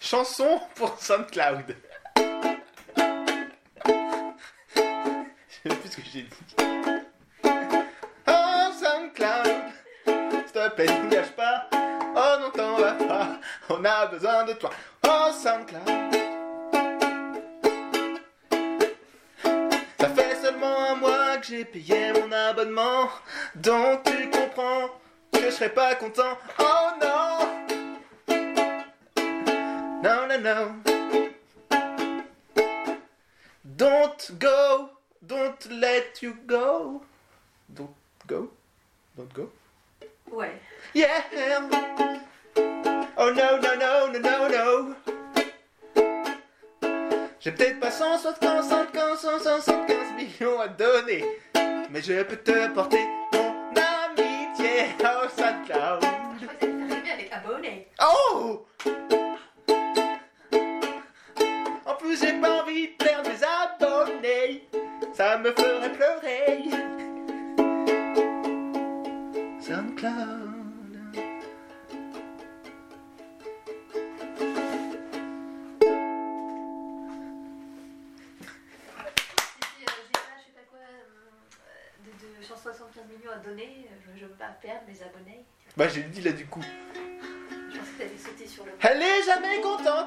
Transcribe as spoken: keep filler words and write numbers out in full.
chanson pour SoundCloud. Je sais plus ce que j'ai dit. Oh SoundCloud, s'il te plaît, ne gâche pas. Oh non, t'en vas pas, on a besoin de toi. Oh SoundCloud. Ça fait seulement un mois que j'ai payé mon abonnement, donc tu comprends que je serais pas content. Oh non. No, no, no. Don't go. Don't let you go. Don't go. Don't go. Ouais. Yeah. Oh no, no, no, no, no, no. J'ai peut-être pas cent soixante-quinze millions à donner, mais je peux te porter mon amitié. Oh SoundCloud. Je crois que ça te ferait bien avec abonné. Oh. En plus j'ai pas envie de perdre mes abonnés, ça me ferait pleurer. SoundCloud. Si, euh, j'ai pas, je sais pas quoi, euh, de, de cent soixante-quinze millions à donner, euh, je veux pas perdre mes abonnés. Bah j'ai dit là du coup. Je pensais que t'allais sauter sur le... Elle est jamais contente.